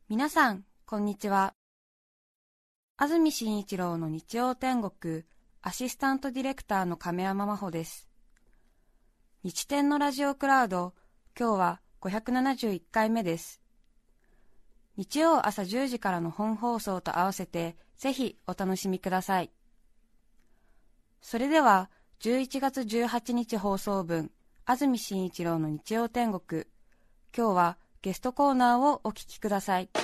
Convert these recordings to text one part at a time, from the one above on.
皆さんこんにちは。安住紳一郎の日曜天国アシスタントディレクターの亀山真帆です。日天のラジオクラウド、今日は571回目です。日曜朝10時からの本放送と合わせてぜひお楽しみください。それでは11月18日放送分安住紳一郎の日曜天国、今日はゲストコーナーをお聞きください。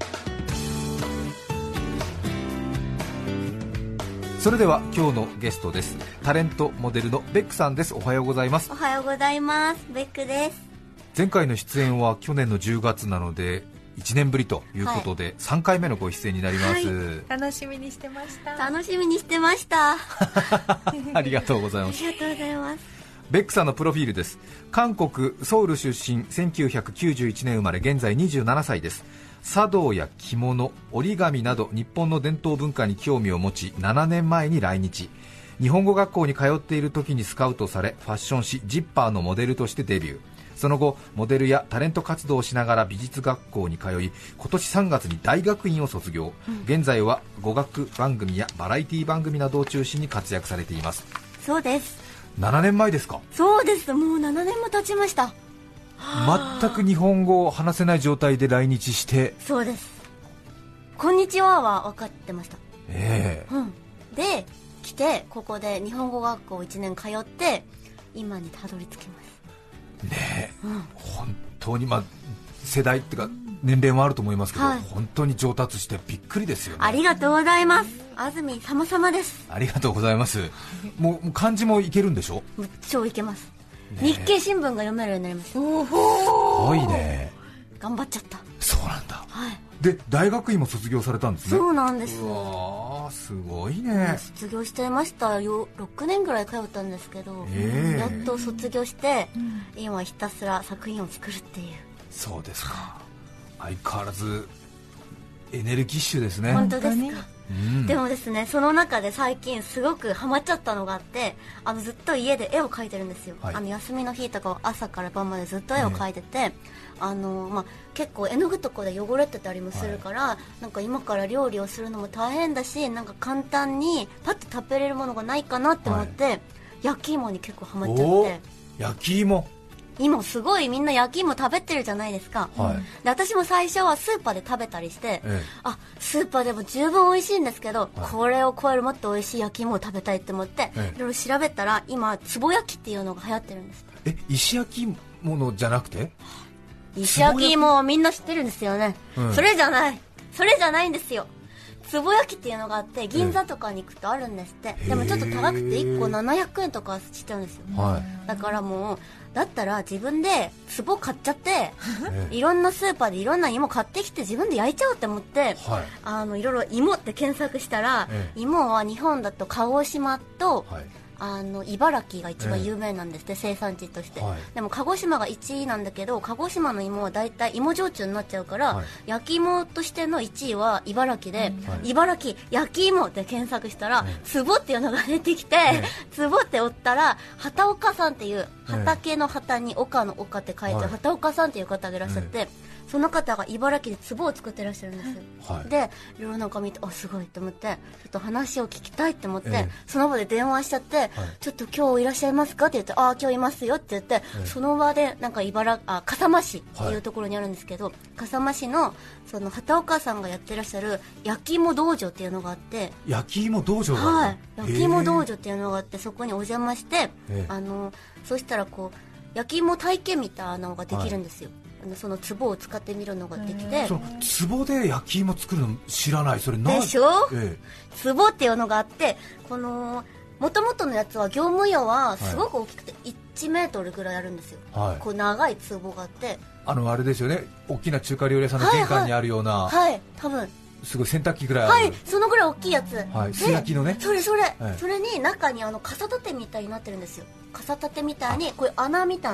それでは今日のゲストです。タレントモデルのベックさんです。おはようございます。 おはようございます。ベックです。 前回の出演は去年の10月なので1年ぶりということで、3回目のご出演になります、 はい、楽しみにしてました。 楽しみにしてましたありがとうございます。 ありがとうございます。 ベックさんのプロフィールです。韓国ソウル出身、1991年生まれ、現在27歳です。茶道や着物、折り紙など日本の伝統文化に興味を持ち、7年前に来日。日本語学校に通っている時にスカウトされ、ファッション誌ジッパーのモデルとしてデビュー。その後モデルやタレント活動をしながら美術学校に通い、今年3月に大学院を卒業、現在は語学番組やバラエティ番組などを中心に活躍されています。 そうです。 7年前ですか。 そうです。もう7年も経ちました。 全く日本語を話せない状態で来日して。 そうです。こんにちはは分かってました。で来て、ここで日本語学校1年通って今にたどり着きますね。本当に、世代っていうか年齢もあると思いますけど、本当に上達してびっくりですよね。 ありがとうございます。安住様々です。 ありがとうございます。もう漢字もいけるんでしょ。 超いけます、日経新聞が読めるようになりました。すごいね。 頑張っちゃった。 そうなんだ、で大学院も卒業されたんですね。 そうなんです。 うわー、すごいね。 卒業してましたよ。6年ぐらい通ったんですけど、やっと卒業して、今ひたすら作品を作るっていう。 そうですか。相変わらずエネルギッシュですね。 本当ですか。でもですね、その中で最近すごくハマっちゃったのがあって、ずっと家で絵を描いてるんですよ、休みの日とかは朝から晩までずっと絵を描いてて、結構絵の具とかで汚れてたりもするから、なんか今から料理をするのも大変だし、なんか簡単にパッと食べれるものがないかなって思って、焼き芋に結構ハマっちゃって。 焼き芋、 今すごいみんな焼き芋食べてるじゃないですか、で私も最初はスーパーで食べたりして、スーパーでも十分美味しいんですけど、これを超えるもっと美味しい焼き芋を食べたいって思って、いろいろ調べたら今つぼ焼きっていうのが流行ってるんです。 石焼き芋じゃなくて、 石焼き芋をみんな知ってるんですよね、それじゃないんですよ。つぼ焼きっていうのがあって、銀座とかに行くとあるんですって、でもちょっと高くて1個700円とかしちゃうんですよ、だからもうだったら自分で壺買っちゃって、いろんなスーパーでいろんな芋買ってきて自分で焼いちゃおうって思って、いろいろ芋って検索したら、芋は日本だと鹿児島と、茨城が一番有名なんですって、生産地として、でも鹿児島が1位なんだけど、鹿児島の芋はだいたい芋焼酎になっちゃうから、焼き芋としての1位は茨城で、茨城焼き芋って検索したら、壺っていうのが出てきて、壺って追ったら畑岡さんっていう、畑の畑に岡の岡って書いて、畑岡さんっていう方がいらっしゃって、その方が茨城で壺を作ってらっしゃるんですよ、でいろいろなんか見て、すごいと思って、ちょっと話を聞きたいって思って、その場で電話しちゃって、ちょっと今日いらっしゃいますかって言って、今日いますよって言って、その場でなんか笠間市っていうところにあるんですけど、笠間市のその畑岡さんがやってらっしゃる焼き芋道場っていうのがあって、 焼き芋道場がある、 焼き芋道場っていうのがあって、そこにお邪魔して、そしたらこう焼き芋体験みたいなのができるんですよ、その壺を使ってみるのができて、 その壺で焼き芋作るの知らない。それでしょ、壺っていうのがあって、この元々のやつは業務用はすごく大きくて1メートルぐらいあるんですよ、こう長い壺があって、 あれですよね、大きな中華料理屋さんの玄関にあるような、 多分すごい洗濯機ぐらいある、 そのぐらい大きいやつ、 素焼きのね、 それに中に傘立てみたいになってるんですよ。傘立てみたいにこういう穴みたいな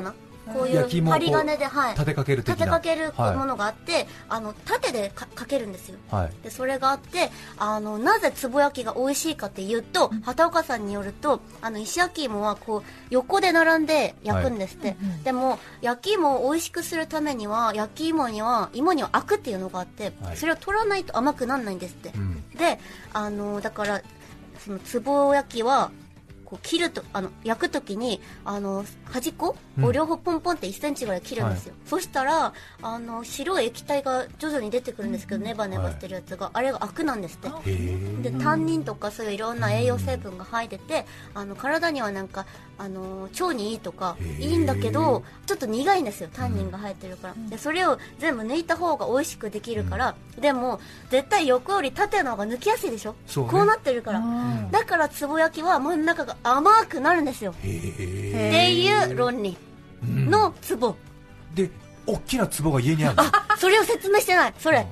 こういう針金で、はい、 立てかける的な立てかけるものがあって、縦でかけるんですよ、はい、でそれがあって、なぜつぼ焼きが美味しいかっていうと、畑岡さんによると石焼き芋はこう横で並んで焼くんですって、はい、でも焼き芋を美味しくするためには焼き芋にはアクっていうのがあって、はい、それを取らないと甘くならないんですって、うん、でだからそのつぼ焼きはこう切ると焼くときに端っこを両方ポンポンって1センチぐらい切るんですよ、はい、そしたら白い液体が徐々に出てくるんですけど、ネバネバしてるやつが、はい、あれがアクなんですって。でタンニンとかそういういろんな栄養成分が入ってて体にはなんか腸にいいとかいいんだけどちょっと苦いんですよ、タンニンが入ってるから、でそれを全部抜いた方が美味しくできるから、でも絶対横より縦の方が抜きやすいでしょ、そうね、こうなってるから、だからつぼ焼きは真ん中が甘くなるんですよっていう論理のつぼ、 で大きなつぼが家にあるの？ それを説明してない。それ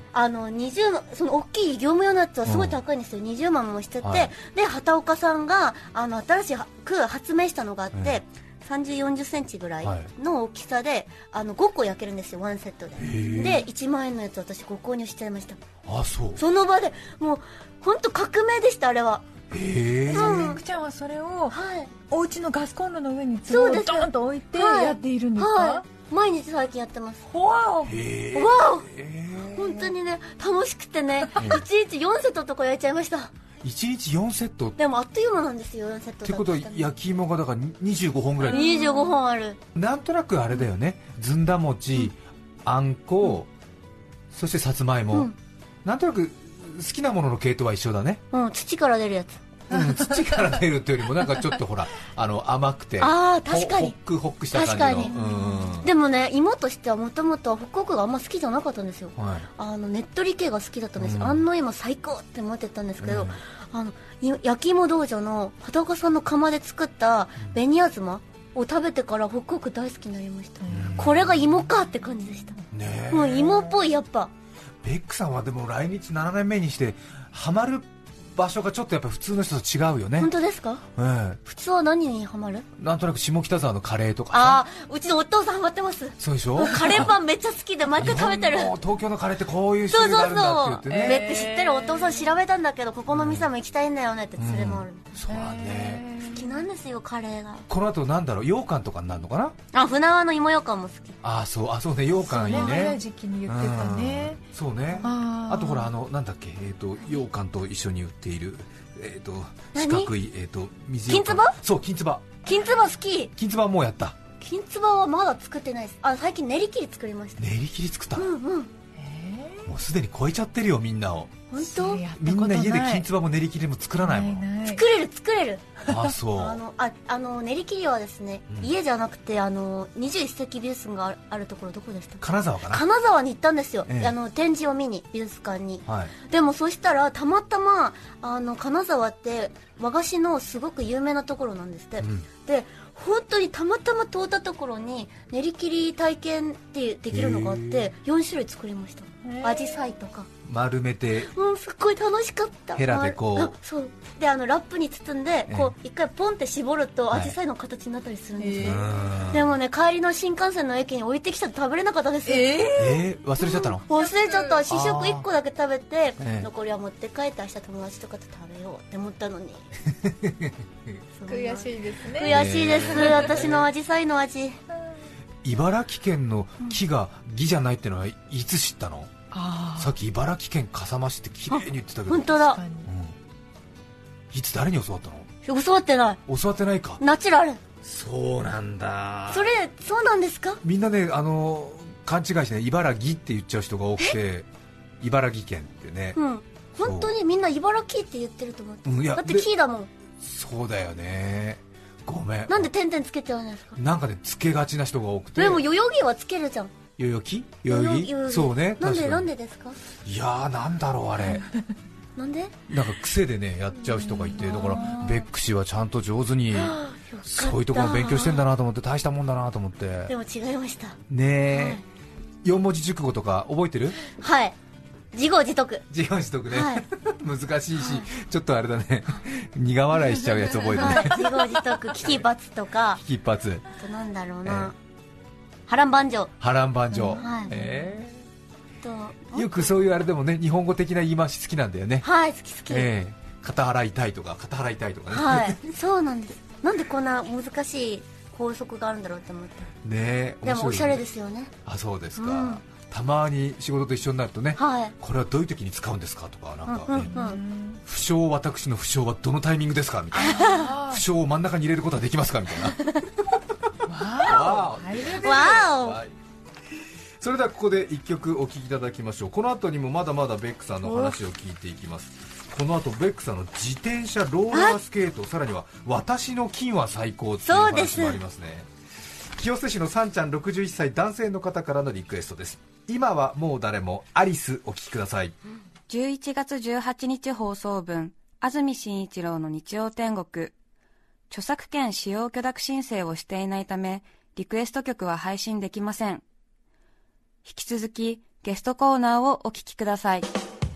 20万、その大きい業務用のやつはすごい高いんですよ、20万もしてて、はい、で畑岡さんが新しく発明したのがあって、30、40センチぐらいの大きさで5個焼けるんですよ、ワンセットで。で1万円のやつ私ご購入しちゃいました。その場でもう本当革命でした、あれは。 くちゃんはそれを、はい、お家のガスコンロの上につぼをドーンと置いてやっているんですか？はいはい、 毎日最近やってます。わお本当にね楽しくてね1日4セットとか焼いちゃいました。 1日4セットでもあっという間なんですよ、4セットってことは焼き芋がだから25本ぐらい、 25本ある。 なんとなくあれだよね、ずんだ餅、あんこ、そしてさつまいも、なんとなく好きなものの系統は一緒だね。 土から出るやつ。 土から出るっていうよりもなんかちょっとほら甘くて確かにホックした感じの。でもね芋としてはもともとホクホクがあんま好きじゃなかったんですよ、はい、ねっとり系が好きだったんです、安納芋最高って思ってたんですけど、焼き芋道場の畑岡さんの窯で作った紅あずまを食べてからホクホク大好きになりました。これが芋かって感じでした、ね、もう芋っぽい。やっぱベックさんはでも来日7年目にしてハマる場所がちょっとやっぱ普通の人と違うよね。 本当ですか？普通は何にハマる？ なんとなく下北沢のカレーとかさ。 うちのお父さんハマってます。 そうでしょ？ カレーパンめっちゃ好きで毎回食べてる。 東京のカレーってこういう種類があるんだって言ってね。 ベック知ってる？お父さん調べたんだけどここの店も行きたいんだよねって連れ回る。 そうだね。 好きなんですよカレーが。 この後なんだろう、羊羹とかになるのかな？ 船輪の芋羊羹も好き。 そうね、羊羹いいね。 早い時期に言ってたね。 そうね。あとほらなんだっけ、羊羹と一緒に売っている四角い水金つば？ そう、金つば。 金つば好き。 金つばもうやった？ 金つばはまだ作ってないです。最近練り切り作りました。 練り切り作った？もうすでに超えちゃってるよみんなを。 本当？ みんな家で金つばも練り切りも作らないもん。 作れる。 そう練り切りはですね、家じゃなくて21世紀美術館があるところ、どこでしたっけ？ 金沢かな。 金沢に行ったんですよ、展示を見に美術館に、でもそしたらたまたま金沢って和菓子のすごく有名なところなんですって、で本当にたまたま通ったところに練り切り体験ってできるのがあって4種類作りました。アジサイとか丸めて、 すっごい楽しかった。 ヘラでこうそうでラップに包んでこう一回ポンって絞るとアジサイの形になったりするんですよ、でもね帰りの新幹線の駅に置いてきたら食べれなかったですよ。 忘れちゃったの？ 忘れちゃった。試食1個だけ食べて、残りは持って帰って明日友達とかと食べようって思ったのに悔しいですね。 悔しいです、私のアジサイの味。 茨城県の木が木じゃないってのはいつ知ったの？さっき茨城県笠間市って綺麗に言ってたけど。 本当だ、 いつ誰に教わったの？ 教わってない。 教わってないか。 ナチュラル。 そうなんだ。 そうなんですか？ みんなね勘違いしてね、茨城って言っちゃう人が多くて、茨城県ってね、 本当にみんな茨城って言ってると思って、だって木だもん。 そうだよね、ごめん。 なんで点々つけてるんですか？ なんかね、つけがちな人が多くて。 でも代々木はつけるじゃん。 代々木そうね。 なんでですか？ いやー、なんだろうあれなんで？ なんか癖でねやっちゃう人がいて、だからベック氏はちゃんと上手にそういうところ勉強してんだなと思って、大したもんだなと思って。 でも違いましたねえ、4文字熟語とか覚えてる？ はい、自業自得。 自業自得ね、難しいし、ちょっとあれだね苦笑いしちゃうやつ覚えてね自業自得、危機罰とか。 危機罰。 あとなんだろうな、 波乱万丈。 波乱万丈、 はい。 よくそういうあれでもね、日本語的な言い回し好きなんだよね。 はい、好き好き。 肩払いたいとか肩払いたいとかね。 はい、そうなんです。なんでこんな難しい法則があるんだろうって思って。 ね、 でもおしゃれですよね。 あ、そうですか。たまに仕事と一緒になるとね、これはどういう時に使うんですかとか、なんか、不詳、私の不詳はどのタイミングですかみたいな、不詳を真ん中に入れることはできますかみたいな。わーお。 それではここで1曲お聴きいただきましょう。この後にもまだまだベックさんの話を聞いていきます。この後ベックさんの自転車、ローラースケート、さらには私の金は最高っていう話もありますね。清瀬市のさんちゃん61歳男性の方からのリクエストです。今はもう誰も、アリスお聴きください。 11月18日放送分、安住紳一郎の日曜天国。著作権使用許諾申請をしていないため、リクエスト曲は配信できません。引き続きゲストコーナーをお聞きください。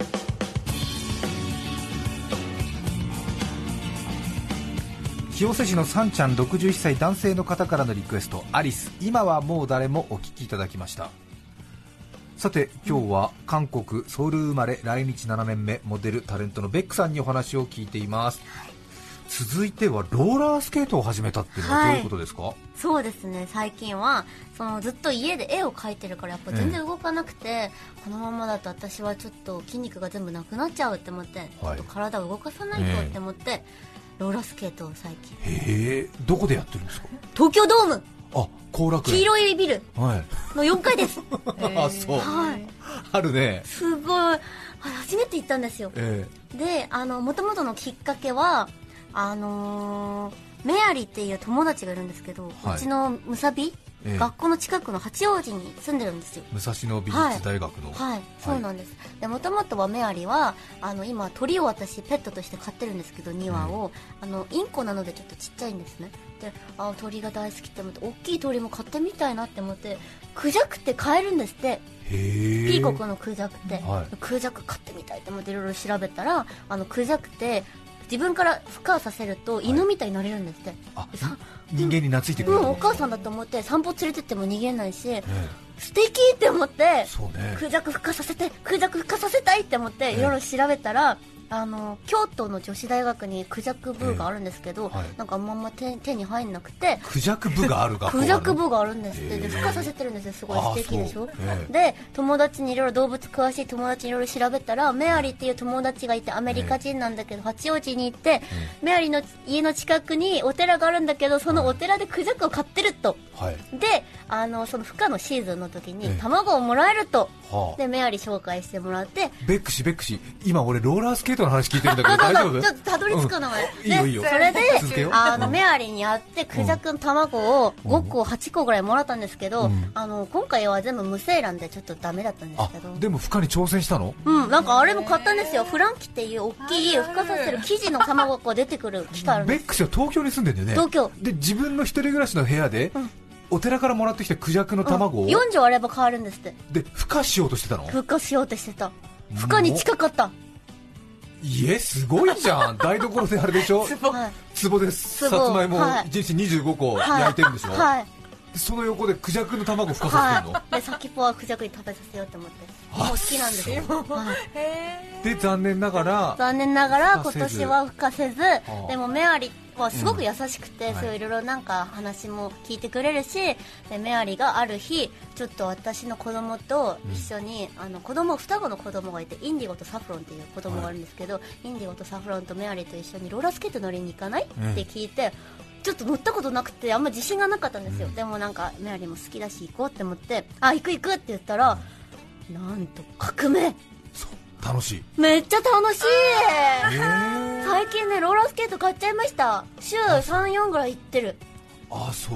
清瀬市のさんちゃん61歳男性の方からのリクエスト、アリス、今はもう誰もお聴きいただきました。さて今日は韓国ソウル生まれ来日7年目モデルタレントのベックさんにお話を聞いています。続いてはローラースケートを始めたっていうのはどういうことですか？ そうですね、最近はずっと家で絵を描いてるからやっぱ全然動かなくて、このままだと私はちょっと筋肉が全部なくなっちゃうって思って、ちょっと体を動かさないとって思って、ローラースケートを最近。 へえ、どこでやってるんですか？ 東京ドーム。 あ、後楽園。 黄色いビルの4階です。 あ、そう、 はい、 あるね。 すごい、初めて行ったんですよ。で、もともとのきっかけはメアリっていう友達がいるんですけど、うちのムサビ、学校の近くの八王子に住んでるんですよ。 武蔵野美術大学の。 はい、そうなんです。で、もともとはメアリは今鳥を私ペットとして飼ってるんですけど、2羽を、インコなのでちょっとちっちゃいんですね。で、鳥が大好きって思って、大きい鳥も飼ってみたいなって思って、クジャクって飼えるんですって。ピーコクのクジャクって、クジャク飼ってみたいって思っていろいろ調べたら、クジャクって自分から孵化させると犬みたいになれるんですって。 人間に懐いてくる、 お母さんだと思って散歩連れてっても逃げないし、素敵って思って、クジャク孵化させて、クジャク孵化させたいって思っていろいろ調べたら、京都の女子大学にクジャク部があるんですけど、なんかあんま手に入んなくて、 クジャク部がある学校がある。 クジャク部があるんですって。で、孵化させてるんですよ。すごい素敵でしょ。で、友達にいろいろ動物詳しい友達にいろいろ調べたら、メアリっていう友達がいて、アメリカ人なんだけど、八王子に行って、メアリの家の近くにお寺があるんだけど、そのお寺でクジャクを飼ってると。で、その孵化のシーズンの時に卵をもらえると。で、メアリ紹介してもらって、 ベックシ、今俺ローラースケートの話聞いてるんだけど大丈夫？ ちょっとたどり着くの前、 いいよいいよ。 それでメアリに会ってクジャクの卵を5個8個ぐらいもらったんですけど、今回は全部無精卵でちょっとダメだったんですけど。 でも孵化に挑戦したの？ なんかあれも買ったんですよ。フランキっていう大きい孵化させる生地の卵が出てくる機械あるんです。 ベックスは東京に住んでんだよね。 東京で、自分の一人暮らしの部屋で、お寺からもらってきたクジャクの卵を、 4錠あれば買えるんですって。 で、孵化しようとしてたの？ 孵化しようとしてた。孵化に近かった。 すごいじゃん。台所であれでしょ。壺です。さつまいも1日25個焼いてるんでしょ。その横でクジャクの卵孵化させてるの？ で、先っぽはクジャクに食べさせようと思って。もう好きなんですよ。 で、残念ながら今年は孵化せず、でもメアリはすごく優しくて、そういろいろなんか話も聞いてくれるし、で、メアリがある日ちょっと私の子供と一緒に、双子の子供がいて、インディゴとサフロンっていう子供があるんですけど、インディゴとサフロンとメアリと一緒にローラースケート乗りに行かないって聞いて、ちょっと乗ったことなくてあんま自信がなかったんですよ。でもなんかメアリも好きだし行こうって思って、行くって言ったら、なんと革命。 楽しい。 めっちゃ楽しい。最近ね、ローラースケート買っちゃいました。週3、4ぐらい行ってる。 そう。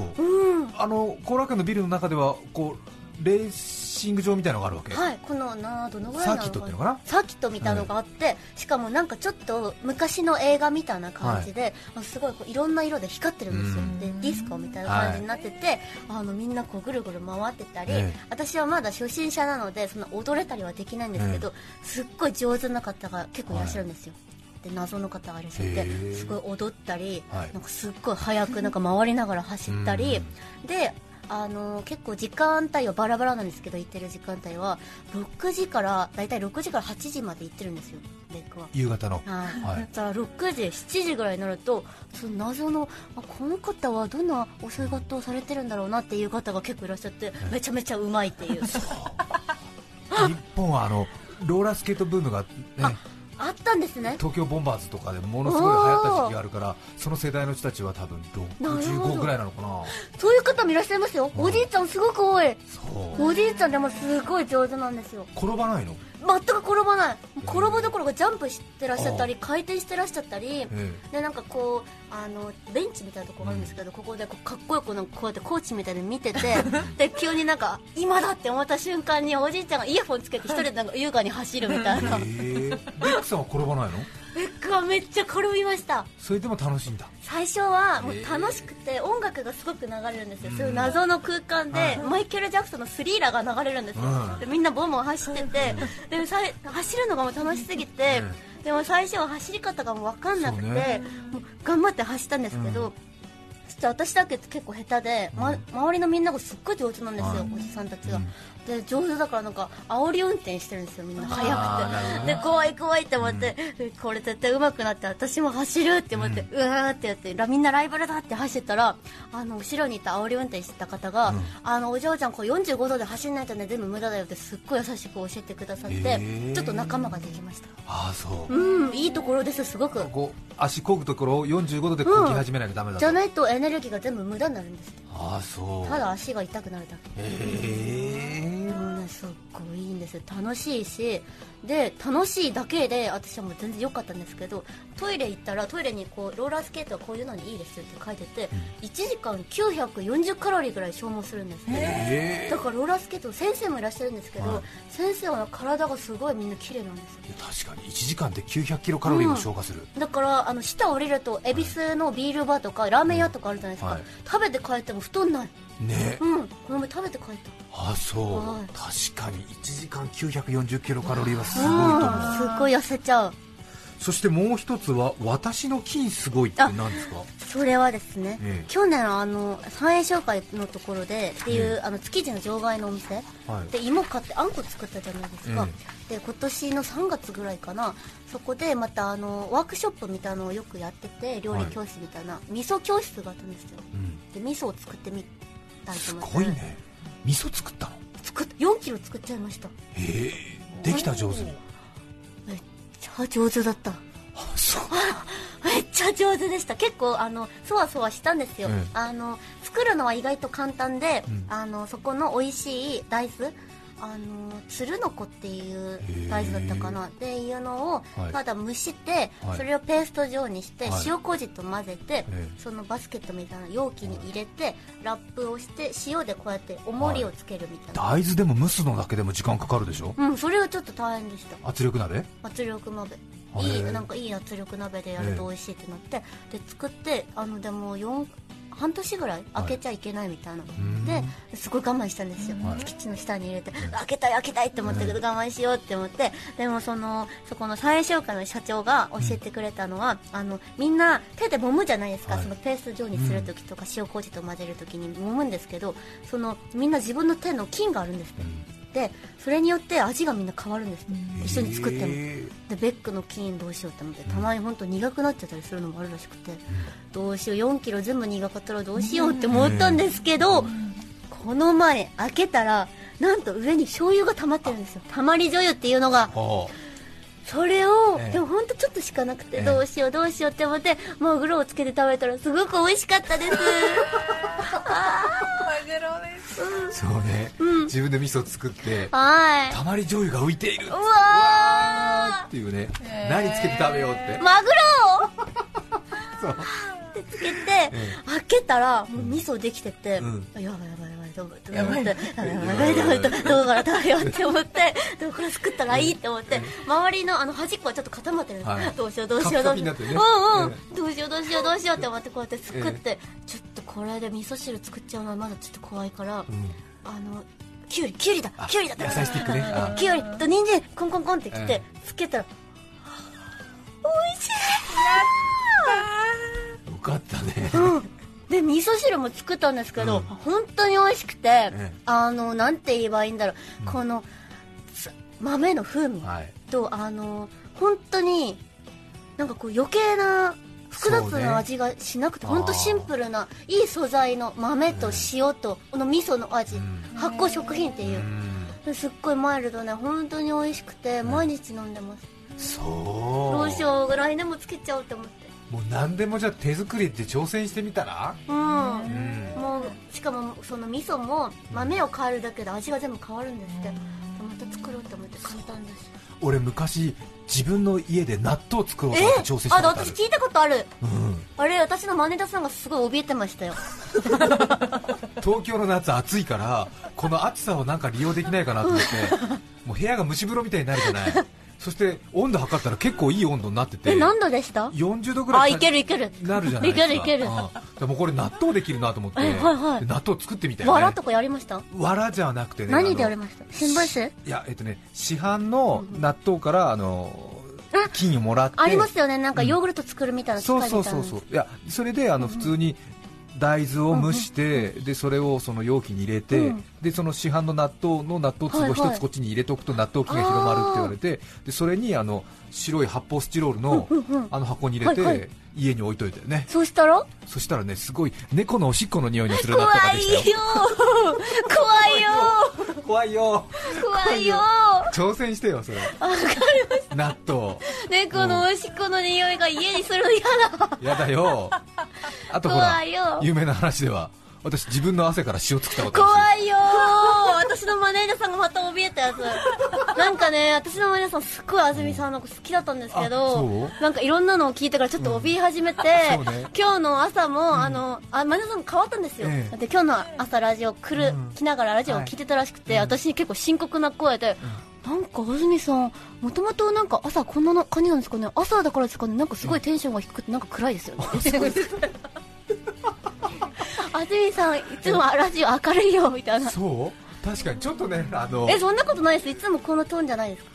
後楽園のビルの中ではこうレーシング場みたいなのがあるわけ？ このどのぐらいサーキットっていうのかな？ サーキットみたいなのがあって、しかもなんかちょっと昔の映画みたいな感じで、すごいいろんな色で光ってるんですよ。で、ディスコみたいな感じになってて、みんなこうぐるぐる回ってたり、私はまだ初心者なのでそんな踊れたりはできないんですけど、すっごい上手な方が結構いらっしゃるんですよ。で、謎の方がいらっしゃって、すごい踊ったり、なんかすっごい速くなんか回りながら走ったり、で、 結構時間帯はバラバラなんですけど、行ってる時間帯は6時からだいたい6時から8時まで行ってるんですよ、ベックは。 夕方の。 はい。だから6時7時ぐらいになると、その謎のこの方はどんなお仕事をされてるんだろうなっていう方が結構いらっしゃって、めちゃめちゃうまいっていう。 日本はローラースケートブームがね、 あったんですね。 東京ボンバーズとかでものすごい流行った時期があるから、その世代の人たちは多分65ぐらいなのかな。 そういう方もいらっしゃいますよ、おじいちゃんすごく多い。 そう、 おじいちゃんでもすごい上手なんですよ。 転ばないの？ 全く転ばない。転ぶどころかジャンプしてらっしゃったり、回転してらっしゃったり、でなんかこうベンチみたいなところがあるんですけど、ここでこうかっこよくなんかこうやってコーチみたいに見ててで急になんか今だって思った瞬間におじいちゃんがイヤホンつけて一人でなんか優雅に走るみたいな。 ベックさんは転ばないの？ ベックはめっちゃ転びました。 それでも楽しいんだ。 最初はもう楽しくて、音楽がすごく流れるんですよ。そういう謎の空間で、マイケル・ジャクソンのスリーラーが流れるんですよ。でみんなボンボン走ってて、で走るのがもう楽しすぎて、でも最初は走り方がもう分かんなくて、もう頑張って走ったんですけど、ちょっと私だけ結構下手で、周りのみんながすっごい上手なんですよ、おじさんたちが。で上手だからなんか煽り運転してるんですよ、みんな速くて。で怖い怖いって思って、これ絶対上手くなって私も走るって思って、うわーってやってみんなライバルだって走ってたら、後ろにいた煽り運転してた方が、お嬢ちゃんこう45度で走んないとね全部無駄だよってすっごい優しく教えてくださって、ちょっと仲間ができました。 ああそう。 いいところです、すごく。 こう足漕ぐところを45度で漕ぎ始めないとダメだと、 じゃないとエネルギーが全部無駄になるんです。 ああそう。 ただ足が痛くなるだけ。すっごいいいんですよ。楽しいし、で楽しいだけで私はもう全然良かったんですけど、トイレ行ったらトイレにこうローラースケートはこういうのにいいですよって書いてて、1時間940カロリーぐらい消耗するんですね。だからローラースケート先生もいらっしゃるんですけど、先生は体がすごいみんな綺麗なんですよ。 確かに1時間で900キロカロリーを消化する、 だから下降りると恵比寿のビールバーとかラーメン屋とかあるじゃないですか、食べて帰っても太んないね。この前食べて帰った。 あそう、確かに1時間940キロカロリーはすごいと思う。 すごい痩せちゃう。 そしてもう一つは私の筋すごいって何ですか？ それはですね、去年三栄商会のところでっていう、築地の場外のお店、で芋買ってあんこ作ったじゃないですか、で今年の3月ぐらいかな、そこでまたワークショップみたいなのをよくやってて、料理教室みたいな、味噌教室があったんですよ、で味噌を作ってみたいと思って。 すごいね、味噌作ったの ？4キロ作っちゃいました。 できた？上手に？ めっちゃ上手だった。 そうめっちゃ上手でした。結構そわそわしたんですよ、作るのは意外と簡単で、そこの美味しい大豆、鶴の子っていう大豆だったかなっていうのをただ蒸して、それをペースト状にして塩麹と混ぜて、そのバスケットみたいな容器に入れてラップをして塩でこうやって重りをつけるみたいな。 大豆でも蒸すのだけでも時間かかるでしょ？ それはちょっと大変でした。 圧力鍋なんかいい圧力鍋でやると美味しいってなって、で作ってでも半年ぐらい開けちゃいけないみたいな、ですごい我慢したんですよ、キッチンの下に入れて、開けたいって思ったけど我慢しようって思って、でもそこの三栄商会の社長が教えてくれたのは、みんな手で揉むじゃないですか、そのペースト状にするときとか、塩麹と混ぜるときに揉むんですけど、みんな自分の手の菌があるんですね、でそれによって味がみんな変わるんですね、一緒に作っても。でベックの菌どうしようって思って、たまに本当苦くなっちゃったりするのもあるらしくて、どうしよう4キロ全部苦かったらどうしようって思ったんですけど、この前開けたらなんと上に醤油が溜まってるんですよ。たまり醤油っていうのが、それを、でも本当ちょっとしかなくて、どうしようって思ってマグロをつけて食べたらすごく美味しかったです。 そうね、自分で味噌作ってたまり醤油が浮いている、うわーっていうね、何つけて食べようって、 マグロそうってつけて、開けたらもう味噌できてて、やばいと思って、どうから食べようって思って、どうから作ったらいいって思って、周りの端っこはちょっと固まってるんです、どうしようって思ってこうやって作って、ちょっとこれで味噌汁作っちゃうのはまだちょっと怖いから、きゅうりだ野菜スティックね、 きゅうりと人参コンコンコンってきてつけたら、美味しい。 よかったね、 で味噌汁も作ったんですけど、本当に美味しくて、なんて言えばいいんだろう、この豆の風味と、本当になんかこう余計な複雑な味がしなくて、本当シンプルないい素材の豆と塩とこの味噌の味、発酵食品っていう、すっごいマイルドね、本当に美味しくて毎日飲んでます。 そうどうしようぐらいでもつけちゃおうって思って、 もう何でもじゃあ手作りって挑戦してみたら、 もうしかもその味噌も豆を変えるだけで味が全部変わるんですって、また作ろうと思って簡単だし。 俺昔自分の家で納豆作ろうと思って挑戦したことある。 私聞いたことある、あれ私のマネージャーさんがすごい怯えてましたよ東京の夏暑いからこの暑さをなんか利用できないかなと思ってもう部屋が蒸し風呂みたいになるじゃないそして温度測ったら結構いい温度になってて、 何度でした？ 40 度ぐらいいけるいけるなるじゃないですか。 いけるでもこれ納豆できるなと思って、納豆作ってみたよね。 わらとかやりました？ わらじゃなくてね、 何でやりました？新聞紙？ いや、市販の納豆から菌をもらって、 ありますよね、なんかヨーグルト作るみたいな機械みたいな。 そういや、それで普通に大豆を蒸して、でそれをその容器に入れて、でその市販の納豆粒を一つこっちに入れておくと納豆菌が広まるって言われて、でそれに白い発泡スチロールの箱に入れて家に置いといたよね。 そしたらね、 すごい猫のおしっこの匂いのする納豆ができたよ。怖いよ挑戦してよそれ。わかりました。納豆猫のおしっこの匂いが家にするの嫌だよ。あとほら有名な話では私自分の汗から塩作ったことあるし。怖いよ私のマネージャーさんがまた怯えたやつなんかね、私のマネージャーさんすっごい安住さんの子好きだったんですけど、なんかいろんなのを聞いてからちょっと怯え始めて、今日の朝もマネージャーさん変わったんですよ。で今日の朝ラジオ来ながらラジオを聞いてたらしくて、私に結構深刻な声で、なんか安住さんもともとなんか朝こんな感じなんですかね、朝だからですかね、なんかすごいテンションが低くてなんか暗いですよね安住さんいつもラジオ明るいよみたいな。 そう確かにちょっとね、 そんなことないです、いつもこのトーンじゃないですか。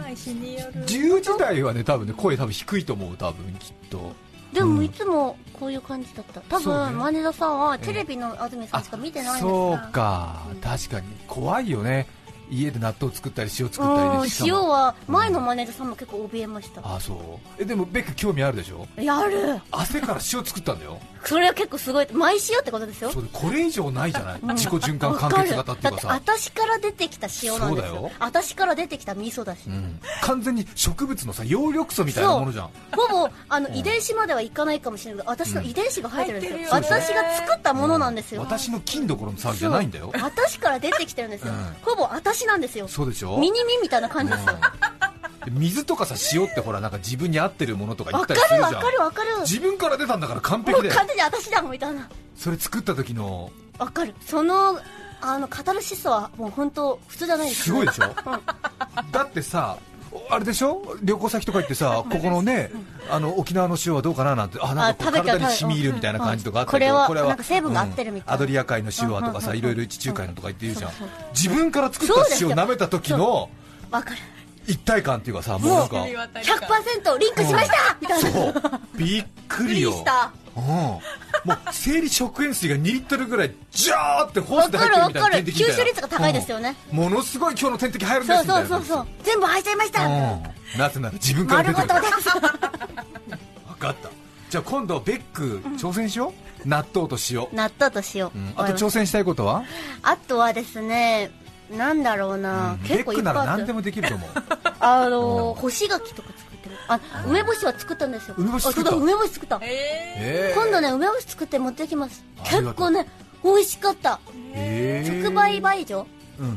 10時台はね多分ね声多分低いと思う、多分きっと。 でもいつもこういう感じだった。多分マネージャーさんはテレビの安住さんしか見てないんですから。 そうか、確かに怖いよね、家で納豆作ったり塩作ったりで。 塩は前のマネージャーさんも結構怯えました。 そうでもベック興味あるでしょ。 やる。 汗から塩作ったんだよ。 それは結構すごい、マイ塩ってことですよ。 これ以上ないじゃない、自己循環完結型っていうかさ。 だって私から出てきた塩なんですよ。私から出てきた味噌だし、 完全に植物のさ葉緑素みたいなものじゃん。 ほぼ遺伝子まではいかないかもしれないけど、私の遺伝子が入ってるんですよ。私が作ったものなんですよ。 私の菌どころの騒ぎじゃないんだよ。 私から出てきてるんですよ。ほぼ私なんですよ。 そうでしょ。 ミニミみたいな感じですよ。 水とかさ塩ってほらなんか自分に合ってるものとか言ったりするじゃん。 わかる。 自分から出たんだから完璧だよ。 もう完全に私だみたいな。 それ作った時のわかる。そのカタルシスはもう本当普通じゃないです。 すごいでしょ、だってさあれでしょ、旅行先とか行ってさここのね沖縄の塩はどうかななんて、なんか体に染み入るみたいな感じとかあったりとか、 これはなんか成分が合ってるみたいな、 アドリア海の塩はとかさ、いろいろ地中海のとか言って言うじゃん。自分から作った塩を舐めた時のわかる一体感っていうかさ、もうなんか 100% リンクしましたみたいな。 そうびっくりよ。もう生理食塩水が2リットルぐらいジャーってホースで入ってるみたいな点滴みたいな。 吸収率が高いですよね。 ものすごい今日の点滴入るんですみたいな。 そう全部入っちゃいました。 なぜなら自分から出てるから。 丸ごとです。 分かった。じゃあ今度ベック挑戦しよう。納豆と塩。 納豆と塩。 あと挑戦したいことは？ あとはですね、なんだろうな、結構いっぱいあって。ベックなら何でもできると思う。 干し柿とか作ってる。梅干しは作ったんですよ。 梅干し作った。 梅干し作った。今度ね梅干し作って持ってきます。結構ね美味しかった。直売所。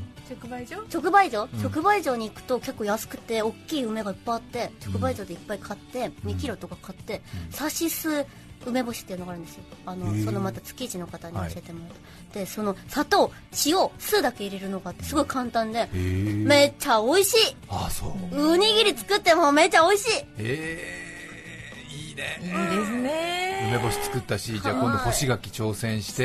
直売所に行くと結構安くて大きい梅がいっぱいあって、直売所でいっぱい買って2キロとか買ってサシス梅干しっていうのがあるんですよ。そのまた築地の方に教えてもらって、でその砂糖塩酢だけ入れるのがあってすごい簡単でめっちゃ美味しい。うにぎり作ってもめっちゃ美味しい。 いいね。 いいですね。 梅干し作ったし、じゃあ今度干し柿挑戦して、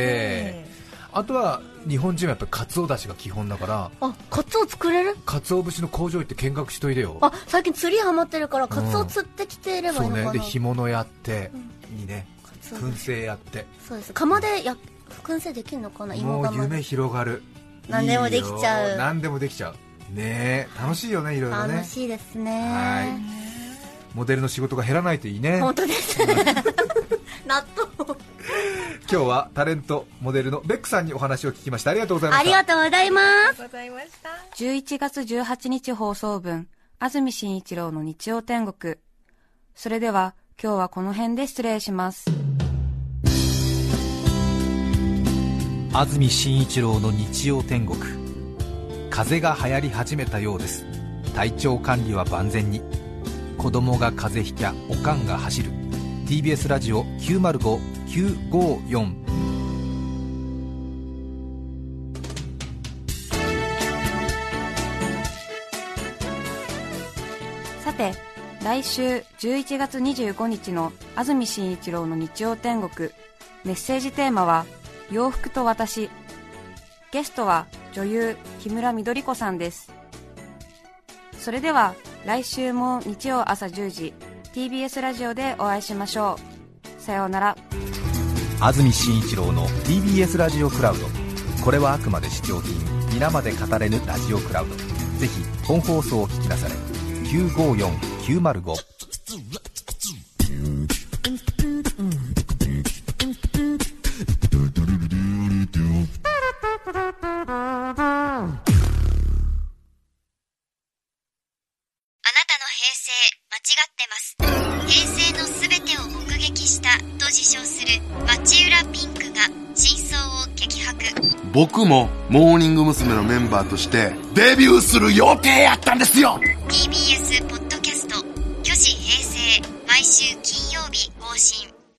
あとは日本人はやっぱりカツオだしが基本だから。 カツオ作れる？ カツオ節の工場行って見学しといでよ。 最近釣りハマってるからカツオ釣ってきていればいいのかな。 そうね。で干物やって、いいね。 燻製やって。 そうです。釜で燻製できるのかな。 もう夢広がる。 何でもできちゃう。 何でもできちゃうね。楽しいよね、いろいろね。 楽しいですね。 はい。モデルの仕事が減らないといいね。 本当ですね。納豆。 今日はタレントモデルのベックさんにお話を聞きました。ありがとうございました。 ありがとうございます。 11月18日放送分、安住紳一郎の日曜天国。それでは今日はこの辺で失礼します。 安住紳一郎の日曜天国。風邪が流行り始めたようです。体調管理は万全に。子供が風邪ひきゃおかんが走る。 TBS ラジオ 905-954。 さて、来週11月25日の安住紳一郎の日曜天国、メッセージテーマは洋服と私。ゲストは女優木村緑子さんです。それでは来週も日曜朝10時 TBS ラジオでお会いしましょう。さようなら。 安住紳一郎の TBS ラジオクラウド。これはあくまで試供品、皆まで語れぬラジオクラウド。ぜひ本放送を聞きなされ。954-905。 平成のすべてを目撃したと自称する町浦ピンクが真相を激白。 僕もモーニング娘。のメンバーとしてデビューする予定やったんですよ。 TBS ポッドキャスト、虚子平成、毎週金曜日更新。